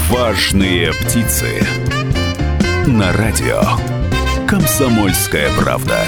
Важные птицы. На радио «Комсомольская правда».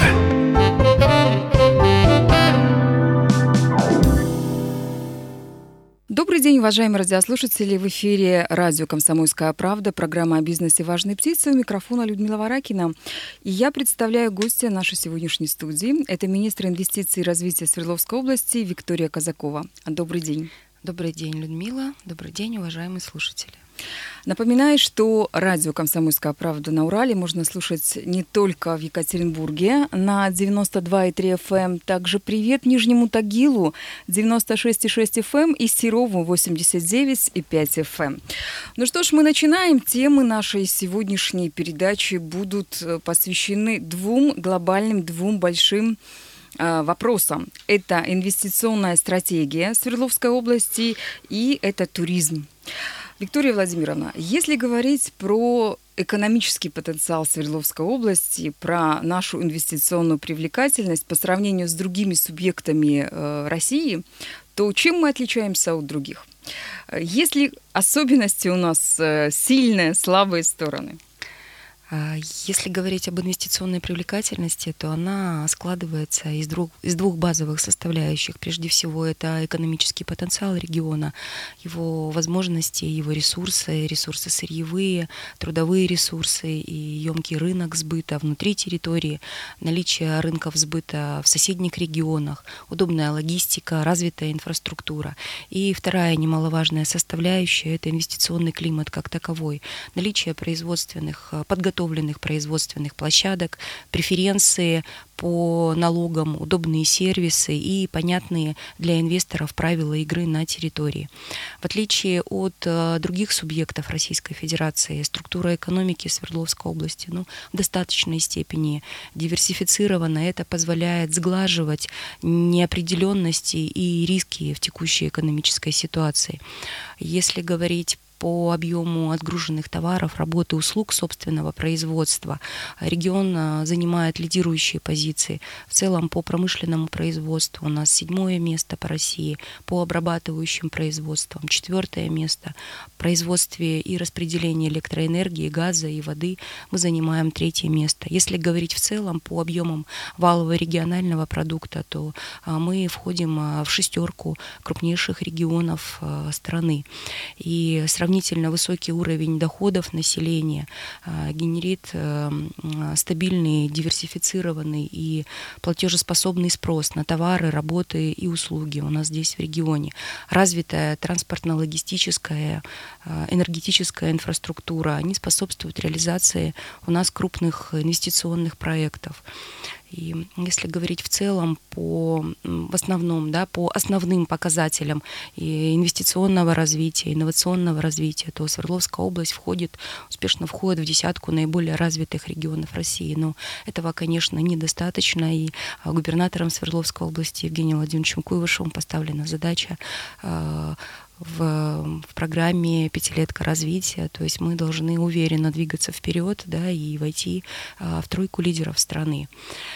Добрый день, уважаемые радиослушатели. В эфире радио «Комсомольская правда», программа о бизнесе «Важные птицы». У микрофона Людмила Варакина. И я представляю гостя нашей сегодняшней студии. Это министр инвестиций и развития Свердловской области Виктория Казакова. Добрый день. Добрый день, Людмила. Добрый день, уважаемые слушатели. Напоминаю, что радио «Комсомольская правда» на Урале можно слушать не только в Екатеринбурге на 92,3 FM, также привет Нижнему Тагилу 96,6 FM и Серову 89,5 FM. Ну что ж, мы начинаем. Темы нашей сегодняшней передачи будут посвящены двум большим вопросам. Это инвестиционная стратегия Свердловской области и это туризм. Виктория Владимировна, если говорить про экономический потенциал Свердловской области, про нашу инвестиционную привлекательность по сравнению с другими субъектами России, то чем мы отличаемся от других? Есть ли особенности у нас сильные, слабые стороны? Если говорить об инвестиционной привлекательности, то она складывается из двух базовых составляющих. Прежде всего, это экономический потенциал региона, его возможности, его ресурсы сырьевые, трудовые ресурсы и емкий рынок сбыта внутри территории, наличие рынков сбыта в соседних регионах, удобная логистика, развитая инфраструктура. И вторая немаловажная составляющая – это инвестиционный климат как таковой, наличие подготовленных производственных площадок, преференции по налогам, удобные сервисы и понятные для инвесторов правила игры на территории. В отличие от других субъектов Российской Федерации, структура экономики Свердловской области в достаточной степени диверсифицирована. Это позволяет сглаживать неопределенности и риски в текущей экономической ситуации. Если говорить по объему отгруженных товаров, работы, услуг собственного производства, регион занимает лидирующие позиции. В целом по промышленному производству у нас 7-е место по России, по обрабатывающим производствам 4-е место. В производстве и распределении электроэнергии, газа и воды мы занимаем 3-е место. Если говорить в целом по объемам валового регионального продукта, то мы входим в 6-ку крупнейших регионов страны. И сравнительно высокий уровень доходов населения генерит стабильный, диверсифицированный и платежеспособный спрос на товары, работы и услуги у нас здесь в регионе. Развитая транспортно-логистическая, энергетическая инфраструктура, они способствуют реализации у нас крупных инвестиционных проектов. И если говорить в целом по основным показателям инвестиционного развития, инновационного развития, то Свердловская область успешно входит в 10-ку наиболее развитых регионов России. Но этого, конечно, недостаточно. И губернатором Свердловской области Евгением Владимировичем Куйвашевым поставлена задача в программе «Пятилетка развития». То есть мы должны уверенно двигаться вперед, и войти в 3-ку лидеров страны.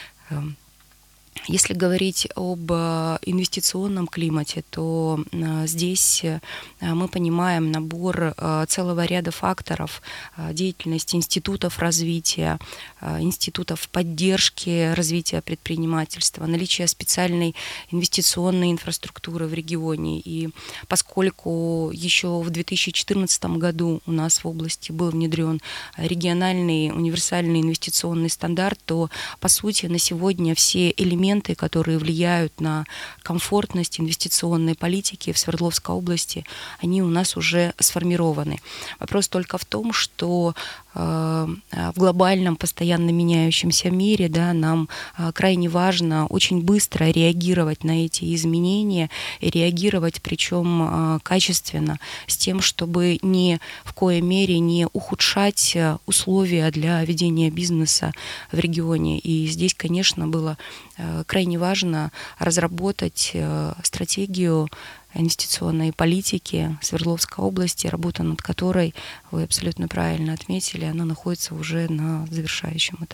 Если говорить об инвестиционном климате, то здесь мы понимаем набор целого ряда факторов деятельности институтов развития, институтов поддержки развития предпринимательства, наличие специальной инвестиционной инфраструктуры в регионе. И поскольку еще в 2014 году у нас в области был внедрен региональный универсальный инвестиционный стандарт, то, по сути, на сегодня все элементы, которые влияют на комфортность инвестиционной политики в Свердловской области, они у нас уже сформированы. Вопрос только в том, что в глобальном, постоянно меняющемся мире, нам крайне важно очень быстро реагировать на эти изменения и реагировать, причем качественно, с тем, чтобы ни в коей мере не ухудшать условия для ведения бизнеса в регионе. И здесь, конечно, было крайне важно разработать стратегию инвестиционной политики Свердловской области, работа над которой, вы абсолютно правильно отметили, она находится уже на завершающем этапе.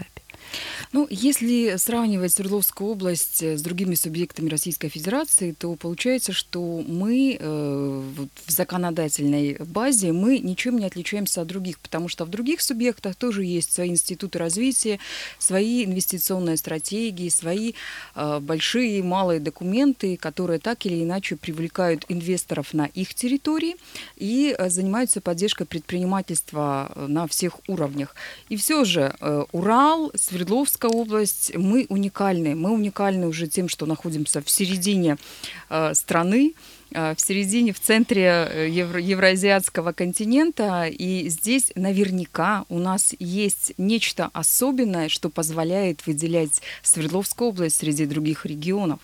Если сравнивать Свердловскую область с другими субъектами Российской Федерации, то получается, что мы в законодательной базе мы ничем не отличаемся от других, потому что в других субъектах тоже есть свои институты развития, свои инвестиционные стратегии, свои большие и малые документы, которые так или иначе привлекают инвесторов на их территории и занимаются поддержкой предпринимательства на всех уровнях. И все же Урал, Свердловская область, мы уникальны. Мы уникальны уже тем, что находимся в середине страны, в середине, в центре евроазиатского континента. И здесь наверняка у нас есть нечто особенное, что позволяет выделять Свердловскую область среди других регионов.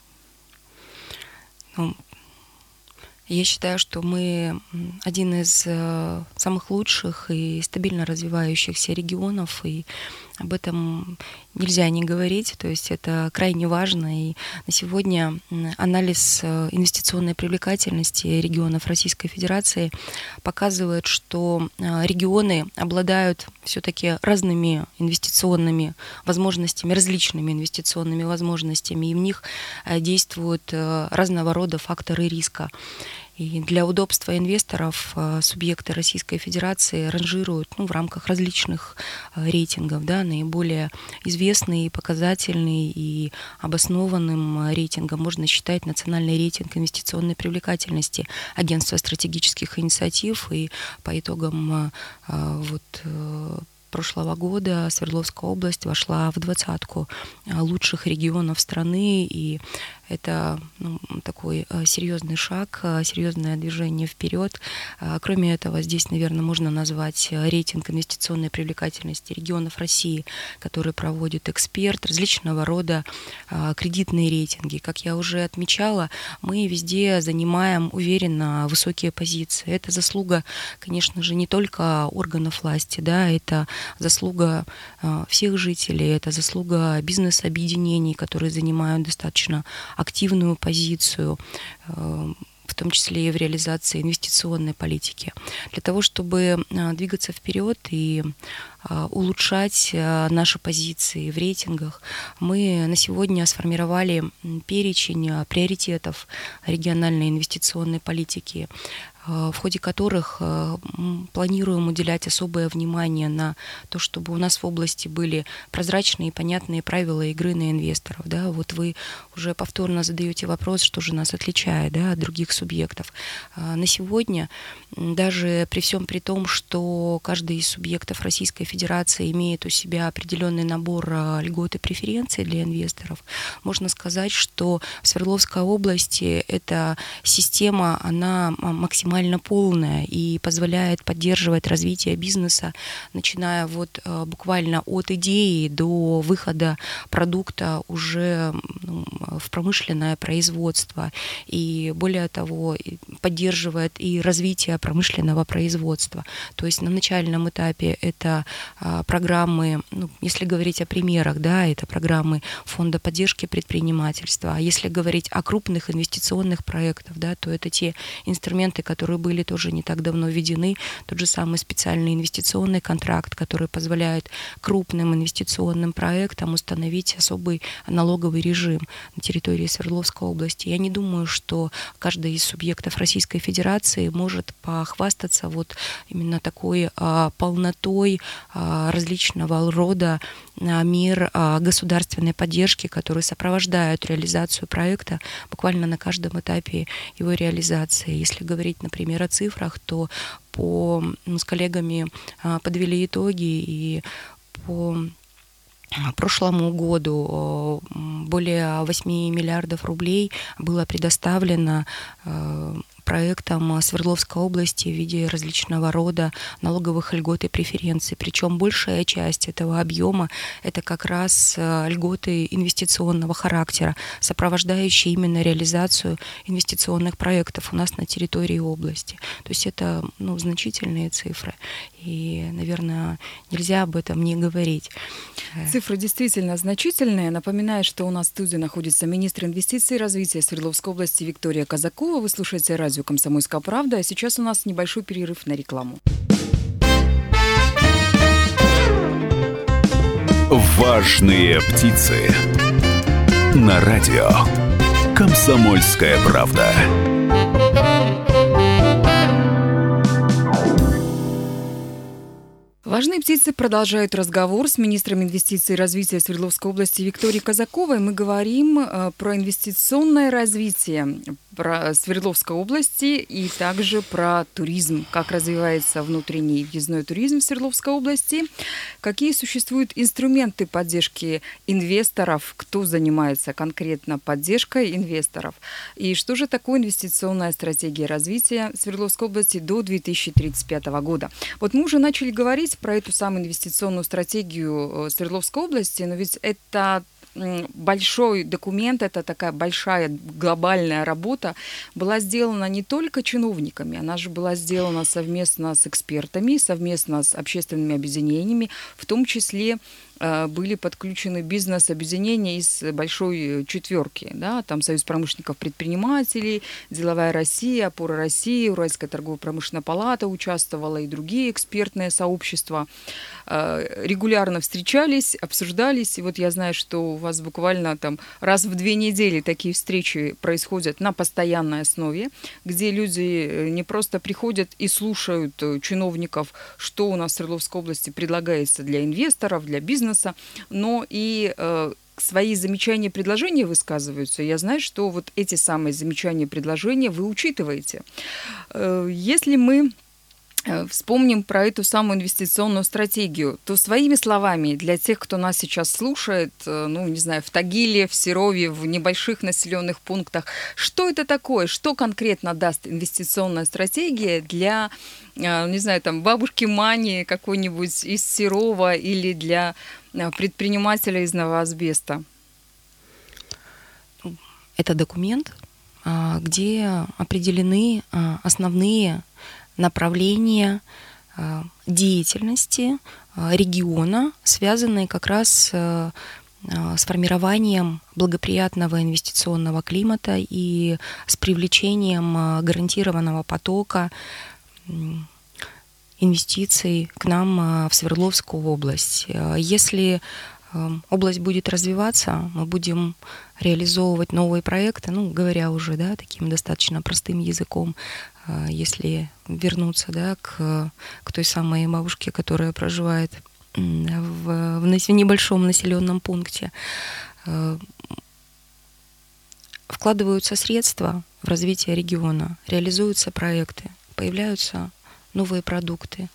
Я считаю, что мы один из самых лучших и стабильно развивающихся регионов, и об этом нельзя не говорить, то есть это крайне важно. И на сегодня анализ инвестиционной привлекательности регионов Российской Федерации показывает, что регионы обладают все-таки разными инвестиционными возможностями, различными инвестиционными возможностями, и в них действуют разного рода факторы риска. И для удобства инвесторов субъекты Российской Федерации ранжируют в рамках различных рейтингов. Наиболее известный, показательный и обоснованным рейтингом можно считать национальный рейтинг инвестиционной привлекательности Агентства стратегических инициатив. И по итогам прошлого года Свердловская область вошла в 20-ку лучших регионов страны, и это такой серьезный шаг, серьезное движение вперед. Кроме этого, здесь, наверное, можно назвать рейтинг инвестиционной привлекательности регионов России, который проводит эксперт, различного рода кредитные рейтинги. Как я уже отмечала, мы везде занимаем уверенно высокие позиции. Это заслуга, конечно же, не только органов власти, это заслуга всех жителей, это заслуга бизнес-объединений, которые занимают достаточно активную позицию, в том числе и в реализации инвестиционной политики. Для того, чтобы двигаться вперед и улучшать наши позиции в рейтингах, мы на сегодня сформировали перечень приоритетов региональной инвестиционной политики, в ходе которых планируем уделять особое внимание на то, чтобы у нас в области были прозрачные и понятные правила игры на инвесторов. Вот вы уже повторно задаете вопрос, что же нас отличает от других субъектов. На сегодня, даже при всем при том, что каждый из субъектов Российской Федерации имеет у себя определенный набор льгот и преференций для инвесторов, можно сказать, что в Свердловской области эта система, она максимально полная и позволяет поддерживать развитие бизнеса, начиная буквально от идеи до выхода продукта уже в промышленное производство. И более того, поддерживает и развитие промышленного производства. То есть на начальном этапе это программы, если говорить о примерах, это программы Фонда поддержки предпринимательства. А если говорить о крупных инвестиционных проектах, то это те инструменты, которые были тоже не так давно введены, тот же самый специальный инвестиционный контракт, который позволяет крупным инвестиционным проектам установить особый налоговый режим на территории Свердловской области. Я не думаю, что каждый из субъектов Российской Федерации может похвастаться именно такой полнотой различного рода мер государственной поддержки, которые сопровождают реализацию проекта буквально на каждом этапе его реализации. Если говорить, например, о цифрах, то с коллегами подвели итоги, и по прошлому году более 8 миллиардов рублей было предоставлено проектам Свердловской области в виде различного рода налоговых льгот и преференций. Причем большая часть этого объема – это как раз льготы инвестиционного характера, сопровождающие именно реализацию инвестиционных проектов у нас на территории области. То есть это значительные цифры. И, наверное, нельзя об этом не говорить. Цифры действительно значительные. Напоминаю, что у нас в студии находится министр инвестиций и развития Свердловской области Виктория Казакова. Вы слушаете радио «Комсомольская правда». А сейчас у нас небольшой перерыв на рекламу. Важные птицы. На радио «Комсомольская правда». Важные птицы продолжают разговор с министром инвестиций и развития Свердловской области Викторией Казаковой. Мы говорим про инвестиционное развитие Свердловской области и также про туризм, как развивается внутренний въездной туризм в Свердловской области, какие существуют инструменты поддержки инвесторов, кто занимается конкретно поддержкой инвесторов, и что же такое инвестиционная стратегия развития Свердловской области до 2035 года. Вот мы уже начали говорить про эту самую инвестиционную стратегию Свердловской области, но ведь это большой документ, это такая большая глобальная работа, была сделана не только чиновниками, она же была сделана совместно с экспертами, совместно с общественными объединениями, в том числе были подключены бизнес-объединения из большой четверки, да, там Союз промышленников предпринимателей, Деловая Россия, Опора России, Уральская торгово-промышленная палата участвовала и другие экспертные сообщества. Регулярно встречались, обсуждались, и вот я знаю, что у вас буквально там раз в 2 недели такие встречи происходят на постоянной основе, где люди не просто приходят и слушают чиновников, что у нас в Свердловской области предлагается для инвесторов, для бизнеса, но и свои замечания и предложения высказываются. Я знаю, что вот эти самые замечания и предложения вы учитываете. Если мы вспомним про эту самую инвестиционную стратегию, то своими словами для тех, кто нас сейчас слушает, ну, не знаю, в Тагиле, в Серове, в небольших населенных пунктах, что это такое, что конкретно даст инвестиционная стратегия для, не знаю, там, бабушки Мани какой-нибудь из Серова или для предпринимателя из Новоазбеста? Это документ, где определены основные направления деятельности региона, связанные как раз с формированием благоприятного инвестиционного климата и с привлечением гарантированного потока инвестиций к нам в Свердловскую область. Если область будет развиваться, мы будем реализовывать новые проекты, ну, говоря уже, да, таким достаточно простым языком, если вернуться, да, к той самой бабушке, которая проживает в небольшом населенном пункте. Вкладываются средства в развитие региона, реализуются проекты, появляются новые продукты,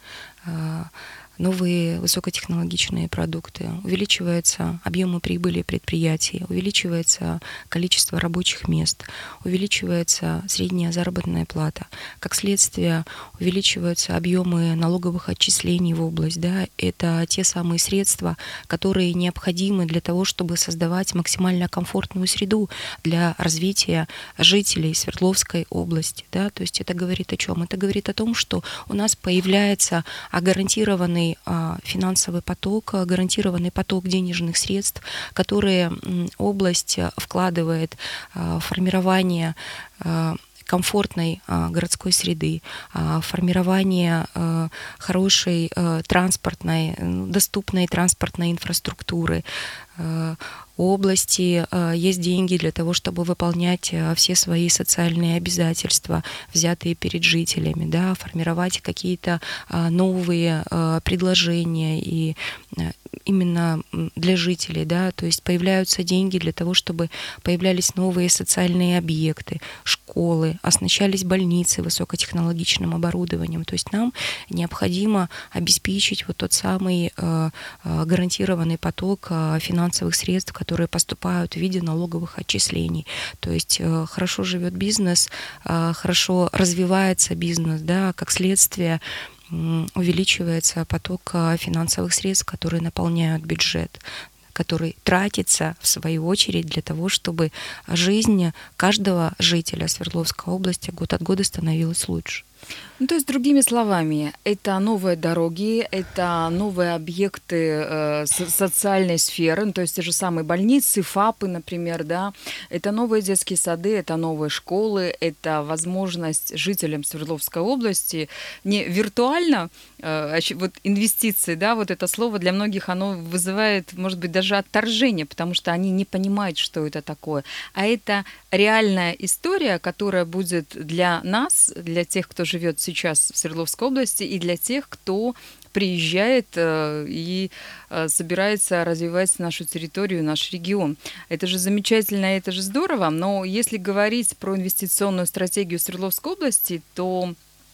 новые высокотехнологичные продукты, увеличиваются объемы прибыли предприятий, увеличивается количество рабочих мест, увеличивается средняя заработная плата. Как следствие, увеличиваются объемы налоговых отчислений в область. Да? Это те самые средства, которые необходимы для того, чтобы создавать максимально комфортную среду для развития жителей Свердловской области. Да? То есть это говорит о чем? Это говорит о том, что у нас появляется гарантированный финансовый поток, гарантированный поток денежных средств, которые область вкладывает в формирование комфортной городской среды, формирование хорошей транспортной, доступной транспортной инфраструктуры. У области есть деньги для того, чтобы выполнять все свои социальные обязательства, взятые перед жителями, да, формировать какие-то новые предложения и именно для жителей, да, то есть появляются деньги для того, чтобы появлялись новые социальные объекты, школы, оснащались больницы высокотехнологичным оборудованием. То есть нам необходимо обеспечить вот тот самый гарантированный поток финансовых средств, которые поступают в виде налоговых отчислений. То есть хорошо живет бизнес, хорошо развивается бизнес, да, как следствие увеличивается поток финансовых средств, которые наполняют бюджет, который тратится, в свою очередь, для того, чтобы жизнь каждого жителя Свердловской области год от года становилась лучше. Ну, то есть, другими словами, это новые дороги, это новые объекты социальной сферы, ну, то есть те же самые больницы, ФАПы, например, да, это новые детские сады, это новые школы, это возможность жителям Свердловской области не виртуально, вот инвестиции, да, вот это слово для многих, оно вызывает, может быть, даже отторжение, потому что они не понимают, что это такое, а это реальная история, которая будет для нас, для тех, кто живет сейчас в Свердловской области, и для тех, кто приезжает и собирается развивать нашу территорию, наш регион. Это же замечательно, это же здорово, но если говорить про инвестиционную стратегию Свердловской области, то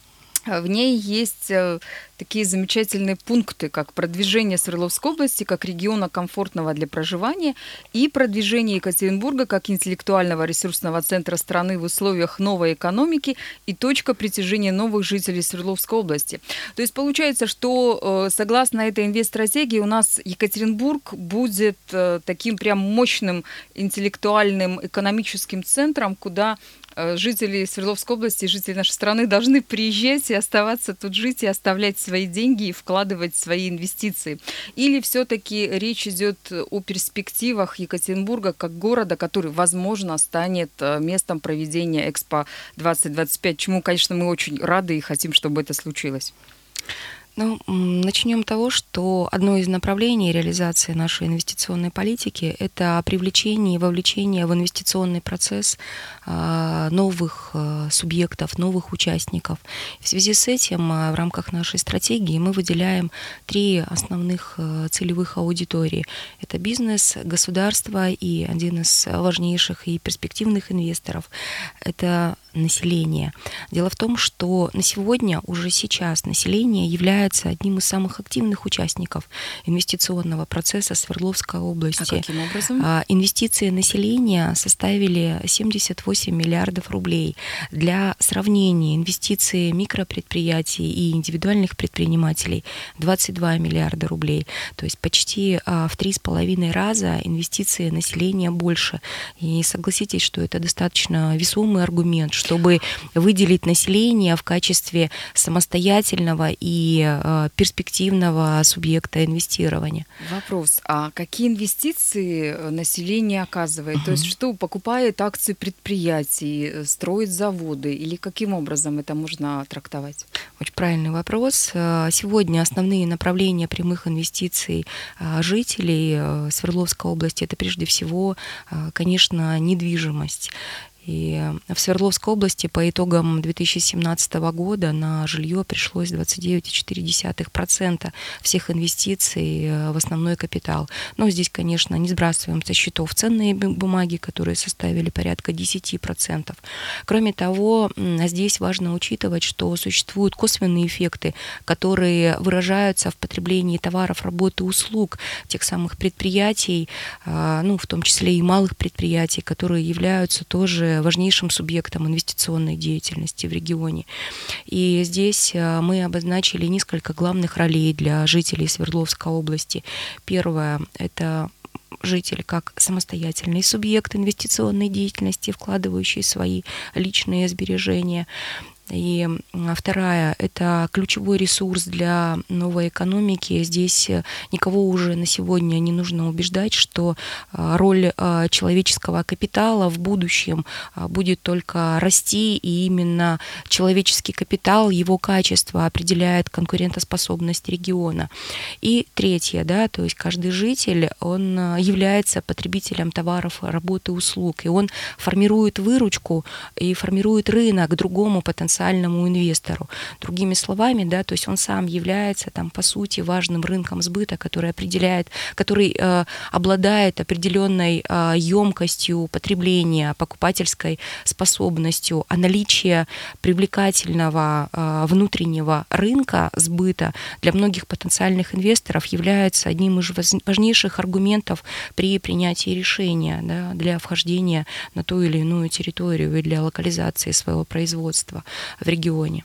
в ней есть такие замечательные пункты, как продвижение Свердловской области как региона комфортного для проживания и продвижение Екатеринбурга как интеллектуального ресурсного центра страны в условиях новой экономики и точка притяжения новых жителей Свердловской области. То есть получается, что согласно этой инвестстратегии у нас Екатеринбург будет таким прям мощным интеллектуальным экономическим центром, куда жители Свердловской области, жители нашей страны должны приезжать и оставаться тут жить, и оставлять свои деньги, и вкладывать свои инвестиции. Или все-таки речь идет о перспективах Екатеринбурга как города, который, возможно, станет местом проведения Экспо 2025, чему, конечно, мы очень рады и хотим, чтобы это случилось. Ну, начнем с того, что одно из направлений реализации нашей инвестиционной политики – это привлечение и вовлечение в инвестиционный процесс новых субъектов, новых участников. В связи с этим в рамках нашей стратегии мы выделяем 3 основных целевых аудитории. Это бизнес, государство и один из важнейших и перспективных инвесторов – это население. Дело в том, что на сегодня, уже сейчас, население является одним из самых активных участников инвестиционного процесса Свердловской области. А каким образом? Инвестиции населения составили 78 миллиардов рублей. Для сравнения, инвестиции микропредприятий и индивидуальных предпринимателей 22 миллиарда рублей. То есть почти в 3,5 раза инвестиции населения больше. И согласитесь, что это достаточно весомый аргумент, чтобы выделить население в качестве самостоятельного и перспективного субъекта инвестирования. Вопрос, а какие инвестиции население оказывает? То есть что, покупает акции предприятий, строит заводы, или каким образом это можно трактовать? Очень правильный вопрос. Сегодня основные направления прямых инвестиций жителей Свердловской области – это прежде всего, конечно, недвижимость. И в Свердловской области по итогам 2017 года на жилье пришлось 29,4% всех инвестиций в основной капитал. Но здесь, конечно, не сбрасываем со счетов ценные бумаги, которые составили порядка 10%. Кроме того, здесь важно учитывать, что существуют косвенные эффекты, которые выражаются в потреблении товаров, работы, услуг тех самых предприятий, ну, в том числе и малых предприятий, которые являются тоже важнейшим субъектом инвестиционной деятельности в регионе. И здесь мы обозначили несколько главных ролей для жителей Свердловской области. Первое – это житель как самостоятельный субъект инвестиционной деятельности, вкладывающий свои личные сбережения. И вторая – это ключевой ресурс для новой экономики. Здесь никого уже на сегодня не нужно убеждать, что роль человеческого капитала в будущем будет только расти, и именно человеческий капитал, его качество определяет конкурентоспособность региона. И третье, да, то есть каждый житель, он является потребителем товаров, работы, услуг, и он формирует выручку и формирует рынок другому потенциальному инвестору. Другими словами, да, то есть он сам является там, по сути, важным рынком сбыта, который определяет, который обладает определенной емкостью потребления, покупательской способностью, а наличие привлекательного внутреннего рынка сбыта для многих потенциальных инвесторов является одним из важнейших аргументов при принятии решения, да, для вхождения на ту или иную территорию и для локализации своего производства в регионе.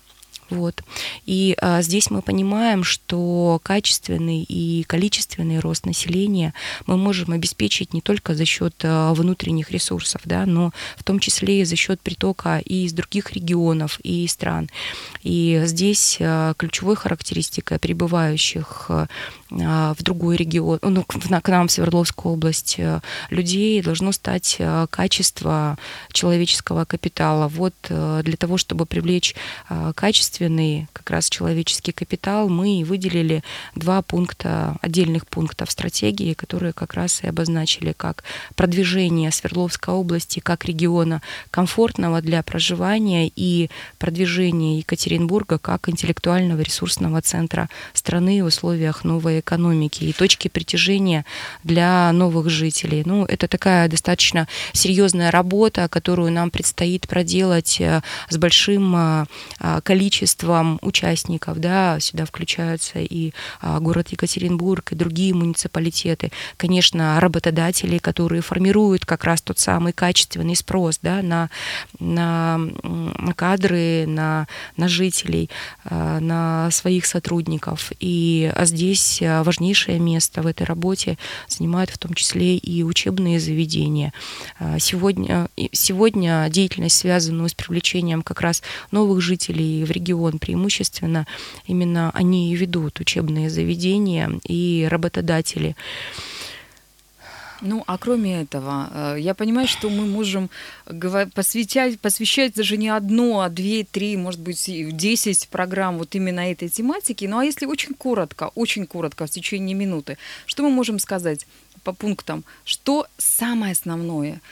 Вот. И здесь мы понимаем, что качественный и количественный рост населения мы можем обеспечить не только за счет внутренних ресурсов, да, но в том числе и за счет притока и из других регионов, и стран. И здесь ключевой характеристикой прибывающих в другой регион, ну, к нам в Свердловскую область людей должно стать качество человеческого капитала. Вот для того, чтобы привлечь качественный как раз человеческий капитал, мы выделили 2 пункта, отдельных пункта в стратегии, которые как раз и обозначили как продвижение Свердловской области как региона комфортного для проживания и продвижение Екатеринбурга как интеллектуального ресурсного центра страны в условиях новой экономики и точки притяжения для новых жителей. Ну, это такая достаточно серьезная работа, которую нам предстоит проделать с большим количеством участников. Да. Сюда включаются и город Екатеринбург, и другие муниципалитеты. Конечно, работодатели, которые формируют как раз тот самый качественный спрос, да, на кадры, на жителей, на своих сотрудников. И здесь важнейшее место в этой работе занимают в том числе и учебные заведения. Сегодня деятельность, связанную с привлечением как раз новых жителей в регион, преимущественно именно они и ведут учебные заведения и работодатели. Ну, а кроме этого, я понимаю, что мы можем посвящать даже не одну, а 2, 3, может быть, 10 программ вот именно этой тематике. Ну, а если очень коротко, в течение минуты, что мы можем сказать по пунктам, что самое основное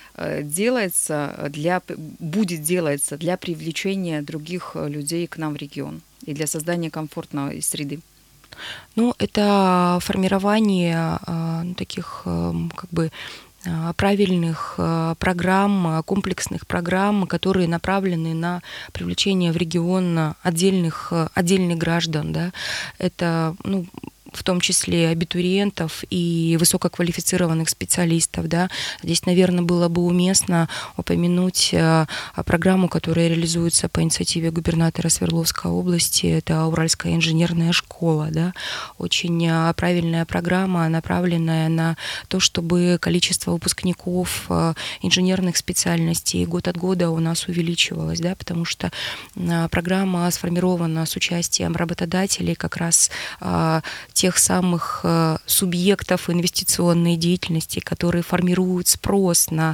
будет делаться для привлечения других людей к нам в регион и для создания комфортной среды? Ну, это формирование таких как бы правильных программ, комплексных программ, которые направлены на привлечение в регион отдельных граждан. Да. Это, ну, в том числе абитуриентов и высококвалифицированных специалистов. Да. Здесь, наверное, было бы уместно упомянуть программу, которая реализуется по инициативе губернатора Свердловской области. Это Уральская инженерная школа. Да. Очень правильная программа, направленная на то, чтобы количество выпускников инженерных специальностей год от года у нас увеличивалось, да, потому что программа сформирована с участием работодателей, как раз тех самых субъектов инвестиционной деятельности, которые формируют спрос на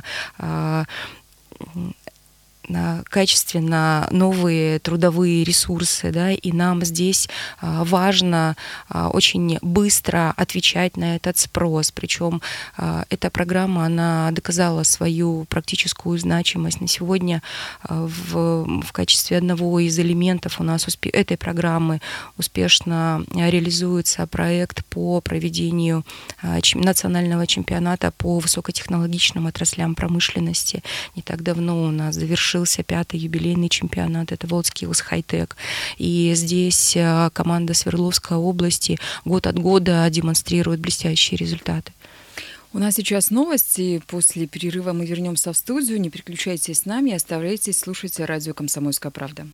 качественно новые трудовые ресурсы, да, и нам здесь важно очень быстро отвечать на этот спрос. Причем эта программа, она доказала свою практическую значимость. На сегодня в качестве одного из элементов у нас этой программы успешно реализуется проект по проведению национального чемпионата по высокотехнологичным отраслям промышленности. Не так давно у нас завершился 5-й юбилейный чемпионат, это Волжскиллз Хай-Тек. И здесь команда Свердловской области год от года демонстрирует блестящие результаты. У нас сейчас новости. После перерыва мы вернемся в студию. Не переключайтесь с нами, оставайтесь, слушайте радио «Комсомольская правда».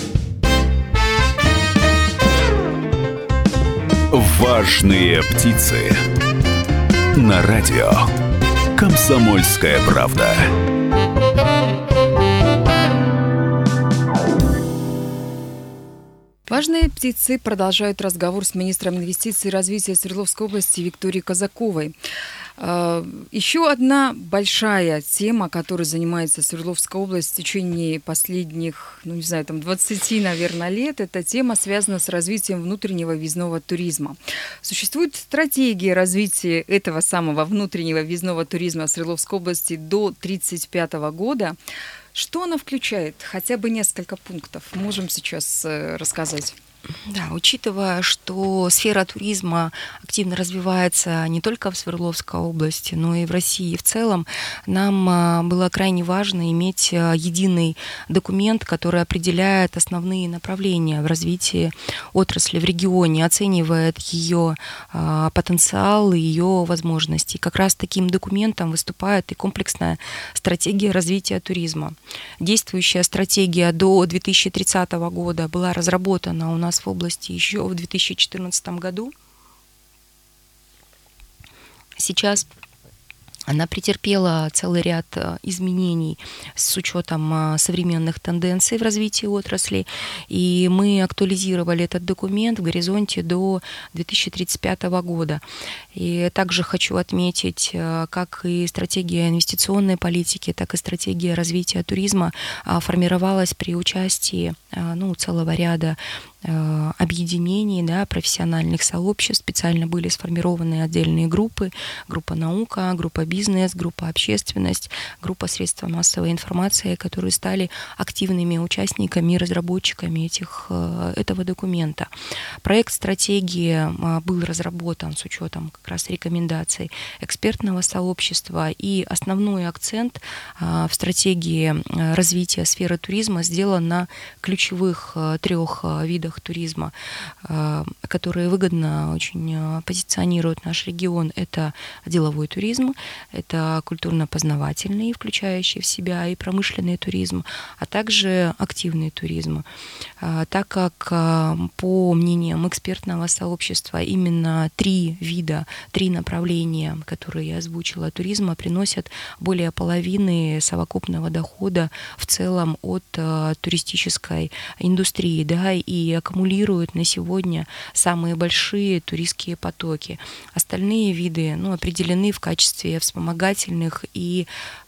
Важные птицы. На радио «Комсомольская правда». Важные птицы продолжают разговор с министром инвестиций и развития Свердловской области Викторией Казаковой. Еще одна большая тема, которой занимается Свердловская область в течение последних, 20, наверное, лет, эта тема связана с развитием внутреннего въездного туризма. Существует стратегия развития этого самого внутреннего въездного туризма в Свердловской области до 1935 года. Что она включает? Хотя бы несколько пунктов можем сейчас рассказать. Да, учитывая, что сфера туризма активно развивается не только в Свердловской области, но и в России в целом, нам было крайне важно иметь единый документ, который определяет основные направления в развитии отрасли в регионе, оценивает ее потенциал и ее возможности. Как раз таким документом выступает и комплексная стратегия развития туризма. Действующая стратегия до 2030 года была разработана у нас в области еще в 2014 году. Сейчас она претерпела целый ряд изменений с учетом современных тенденций в развитии отрасли, и мы актуализировали этот документ в горизонте до 2035 года. И также хочу отметить, как и стратегия инвестиционной политики, так и стратегия развития туризма формировалась при участии целого ряда объединений, да, профессиональных сообществ. Специально были сформированы отдельные группы: группа наука, группа бизнес, группа общественность, группа средства массовой информации, которые стали активными участниками и разработчиками этого документа. Проект стратегии был разработан с учетом как раз рекомендаций экспертного сообщества, и основной акцент в стратегии развития сферы туризма сделан на ключевых 3 видах туризма, которые выгодно очень позиционируют наш регион. Это деловой туризм, это культурно-познавательный, включающий в себя и промышленный туризм, а также активный туризм. Так как, по мнениям экспертного сообщества, именно 3 вида, 3 направления, которые я озвучила, туризма, приносят более половины совокупного дохода в целом от туристической индустрии, да, и аккумулируют на сегодня самые большие туристские потоки. Остальные виды определены в качестве вспомогательных и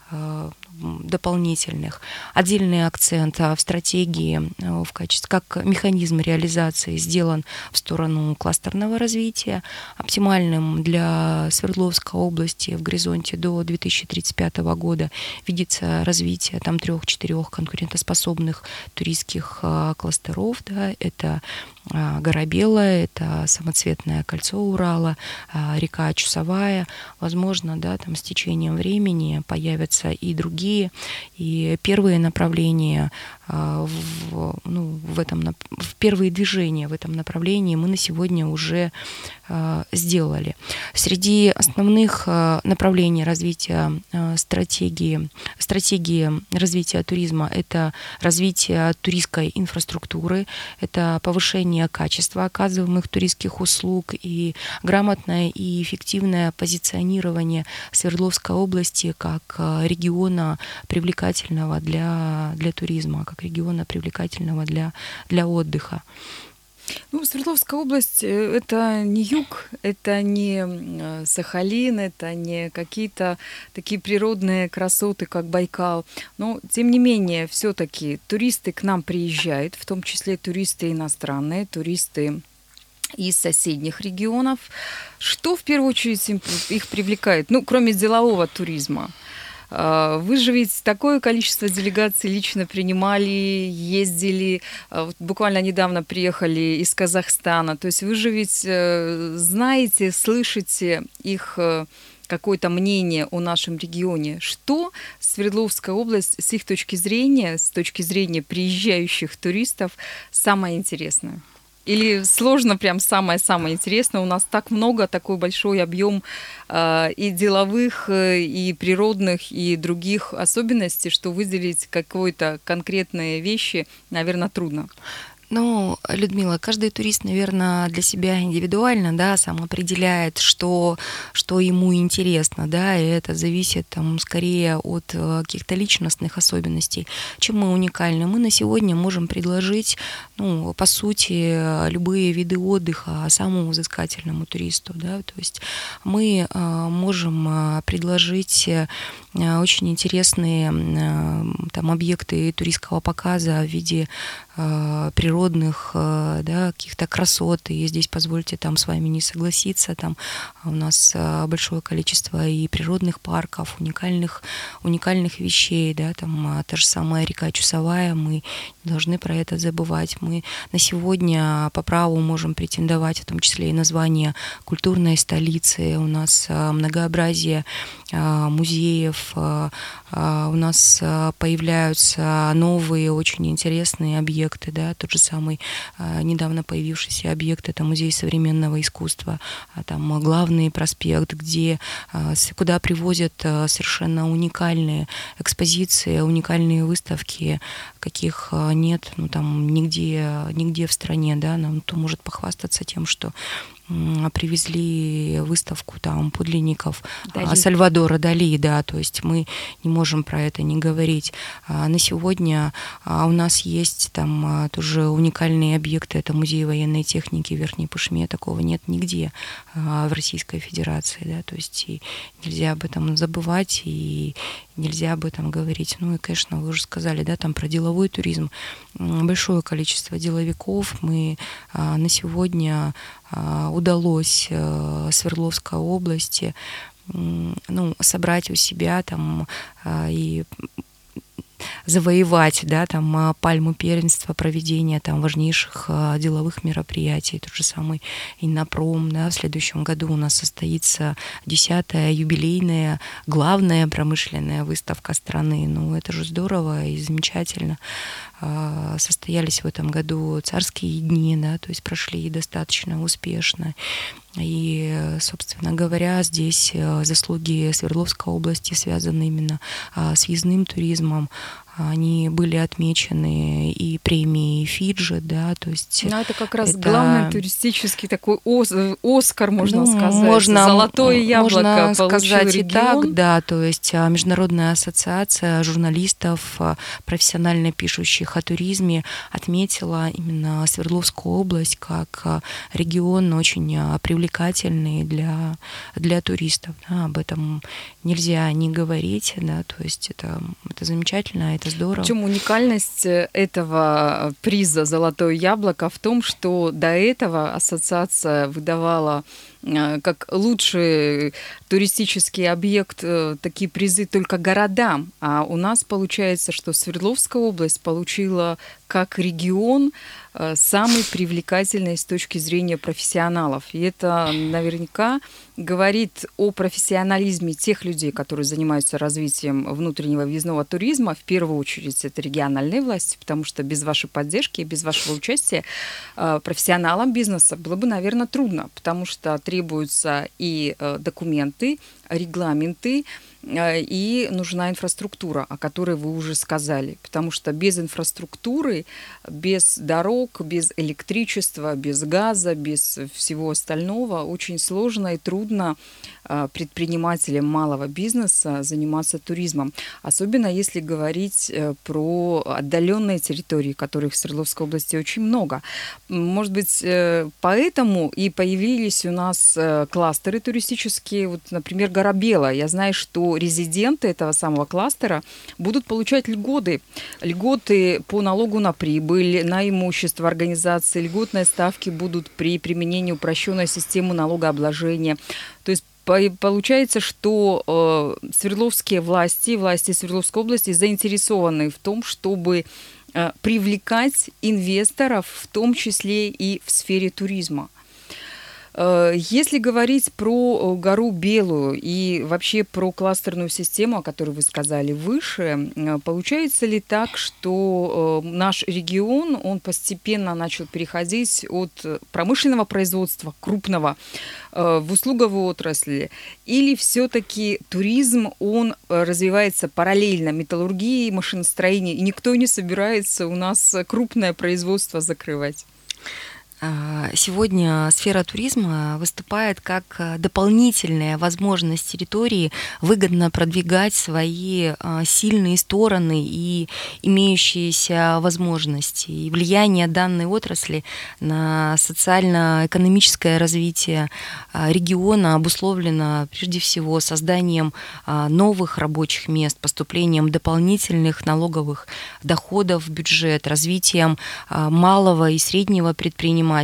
дополнительных. Отдельный акцент в стратегии в качестве, как механизм реализации, сделан в сторону кластерного развития. Оптимальным для Свердловской области в горизонте до 2035 года видится развитие 3-4 конкурентоспособных туристских кластеров. Да, это гора Белая, это самоцветное кольцо Урала, река Чусовая. Возможно, да, с течением времени появятся и другие. И первые направления первые движения в этом направлении мы на сегодня уже сделали. Среди основных направлений развития стратегии развития туризма — это развитие туристской инфраструктуры, это повышение качества оказываемых туристских услуг и грамотное и эффективное позиционирование Свердловской области как региона привлекательного для туризма, как региона привлекательного для отдыха. Свердловская область — это не юг, это не Сахалин, это не какие-то такие природные красоты, как Байкал. Но, тем не менее, все-таки туристы к нам приезжают, в том числе туристы иностранные, туристы из соседних регионов. Что в первую очередь их привлекает, кроме делового туризма? Вы же ведь такое количество делегаций лично принимали, ездили, буквально недавно приехали из Казахстана. То есть вы же ведь знаете, слышите их какое-то мнение о нашем регионе. Что Свердловская область с их точки зрения, с точки зрения приезжающих туристов, самое интересное? Или сложно прям самое-самое интересное? У нас так много, такой большой объем и деловых, и природных, и других особенностей, что выделить какие-то конкретные вещи, наверное, трудно. Людмила, каждый турист, наверное, для себя индивидуально, да, сам определяет, что ему интересно, да, и это зависит скорее от каких-то личностных особенностей. Чем мы уникальны? Мы на сегодня можем предложить, по сути, любые виды отдыха самому взыскательному туристу, да, то есть мы можем предложить очень интересные объекты туристского показа в виде природных природных, да, каких-то красот. И здесь, позвольте, там с вами не согласиться, там у нас большое количество и природных парков, уникальных вещей, да, там та же самая река Чусовая, мы не должны про это забывать. Мы на сегодня по праву можем претендовать, в том числе и на звание культурной столицы. У нас многообразие музеев, у нас появляются новые, очень интересные объекты, да, тот же самый недавно появившийся объект — это музей современного искусства, там главный проспект, куда привозят совершенно уникальные экспозиции, уникальные выставки, каких нет, ну, там, нигде в стране, да, нам кто может похвастаться тем, что привезли выставку там подлинников Сальвадора Дали, да, то есть мы не можем про это не говорить. На сегодня у нас есть там тоже уникальные объекты, это музей военной техники в Верхней Пышме, такого нет нигде в Российской Федерации, да, то есть и нельзя об этом забывать, и нельзя об этом говорить. Ну и, конечно, вы уже сказали, да, там про деловой туризм. Большое количество деловиков мы на сегодня удалось Свердловской области, ну, собрать у себя там и завоевать, да, там пальму первенства проведения там важнейших деловых мероприятий. Тот же самый Иннопром, да, в следующем году у нас состоится 10-я юбилейная главная промышленная выставка страны. Ну, это же здорово и замечательно. Состоялись в этом году царские дни, да, то есть прошли достаточно успешно. И, собственно говоря, здесь заслуги Свердловской области связаны именно с въездным туризмом. Они были отмечены и премией Фиджи, да, то есть... Ну, это как раз главный туристический такой Оскар, можно сказать. Золотое яблоко можно сказать регион. И так, да, то есть Международная ассоциация журналистов, профессионально пишущих о туризме, отметила именно Свердловскую область как регион очень привлекательный для туристов. Да, об этом нельзя не говорить, да, то есть это замечательно, это здорово. Причем уникальность этого приза «Золотое яблоко» в том, что до этого ассоциация выдавала как лучший туристический объект такие призы только городам. А у нас получается, что Свердловская область получила как регион самый привлекательный с точки зрения профессионалов. И это наверняка говорит о профессионализме тех людей, которые занимаются развитием внутреннего въездного туризма. В первую очередь это региональные власти, потому что без вашей поддержки, без вашего участия профессионалам бизнеса было бы, наверное, трудно, потому что требуются и документы, регламенты, и нужна инфраструктура, о которой вы уже сказали. Потому что без инфраструктуры, без дорог, без электричества, без газа, без всего остального очень сложно и трудно предпринимателям малого бизнеса заниматься туризмом. Особенно если говорить про отдаленные территории, которых в Свердловской области очень много. Может быть, поэтому и появились у нас кластеры туристические. Вот, например, гора Бела. Я знаю, что резиденты этого самого кластера будут получать льготы по налогу на прибыль, на имущество организации, льготные ставки будут при применении упрощенной системы налогообложения. То есть получается, что свердловские власти Свердловской области заинтересованы в том, чтобы привлекать инвесторов, в том числе и в сфере туризма. Если говорить про гору Белую и вообще про кластерную систему, о которой вы сказали выше, получается ли так, что наш регион, он постепенно начал переходить от промышленного производства, крупного, в услуговую отрасль, или все-таки туризм, он развивается параллельно металлургии, машиностроению, и никто не собирается у нас крупное производство закрывать? Сегодня сфера туризма выступает как дополнительная возможность территории выгодно продвигать свои сильные стороны и имеющиеся возможности. И влияние данной отрасли на социально-экономическое развитие региона обусловлено прежде всего созданием новых рабочих мест, поступлением дополнительных налоговых доходов в бюджет, развитием малого и среднего предпринимательства.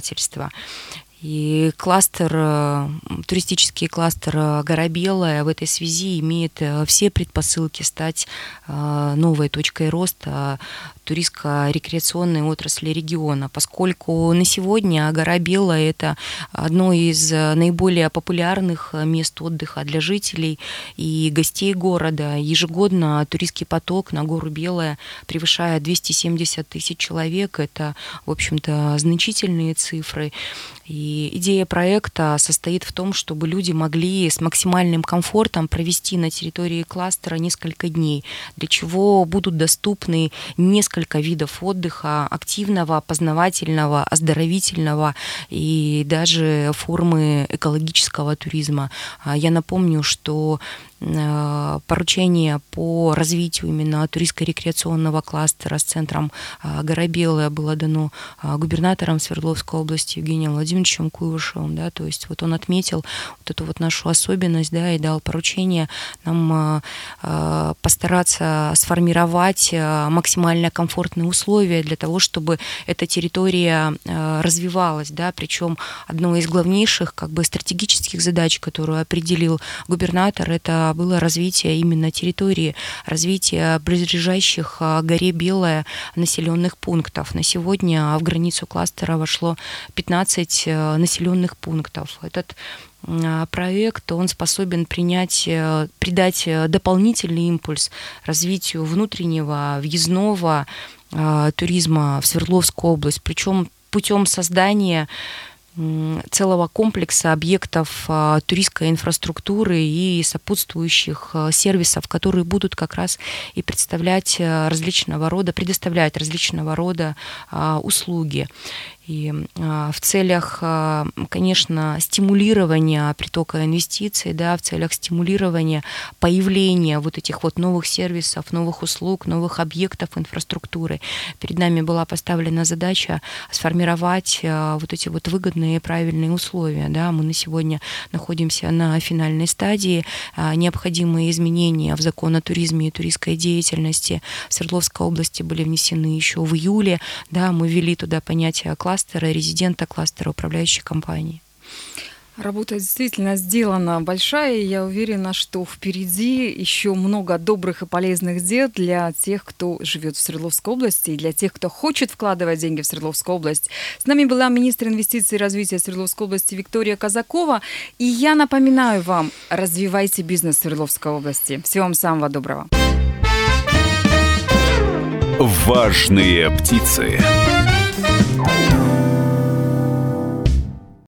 И туристический кластер «Гора Белая» в этой связи имеет все предпосылки стать новой точкой роста туристско-рекреационной отрасли региона, поскольку на сегодня Гора Белая – это одно из наиболее популярных мест отдыха для жителей и гостей города. Ежегодно туристский поток на Гору Белая превышает 270 тысяч человек. Это, в общем-то, значительные цифры. И идея проекта состоит в том, чтобы люди могли с максимальным комфортом провести на территории кластера несколько дней, для чего будут доступны несколько видов отдыха: активного, познавательного, оздоровительного и даже формы экологического туризма. Я напомню, что поручение по развитию именно туристско-рекреационного кластера с центром «Гора Белая» было дано губернатором Свердловской области Евгением Владимировичем Куйвышевым, да, то есть вот он отметил вот эту вот нашу особенность, да, и дал поручение нам постараться сформировать максимально комфортные условия для того, чтобы эта территория развивалась, да, причем одной из главнейших стратегических задач, которую определил губернатор, это было развитие именно территории, развитие близлежащих к Горе Белая населенных пунктов. На сегодня в границу кластера вошло 15 населенных пунктов. Этот проект, он способен придать дополнительный импульс развитию внутреннего, въездного туризма в Свердловскую область, причем путем создания целого комплекса объектов туристской инфраструктуры и сопутствующих сервисов, которые будут как раз и предоставлять различного рода услуги. И в целях, конечно, стимулирования притока инвестиций, да, в целях стимулирования появления вот этих вот новых сервисов, новых услуг, новых объектов инфраструктуры, перед нами была поставлена задача сформировать вот эти вот выгодные и правильные условия. Да. Мы на сегодня находимся на финальной стадии. Необходимые изменения в закон о туризме и туристской деятельности в Свердловской области были внесены еще в июле. Да, мы ввели туда понятие кластера, резидента кластера, управляющей компании. Работа действительно сделана большая, и я уверена, что впереди еще много добрых и полезных дел для тех, кто живет в Свердловской области, и для тех, кто хочет вкладывать деньги в Свердловскую область. С нами была министр инвестиций и развития Свердловской области Виктория Казакова. И я напоминаю вам, развивайте бизнес в Свердловской области. Всего вам самого доброго. Важные птицы.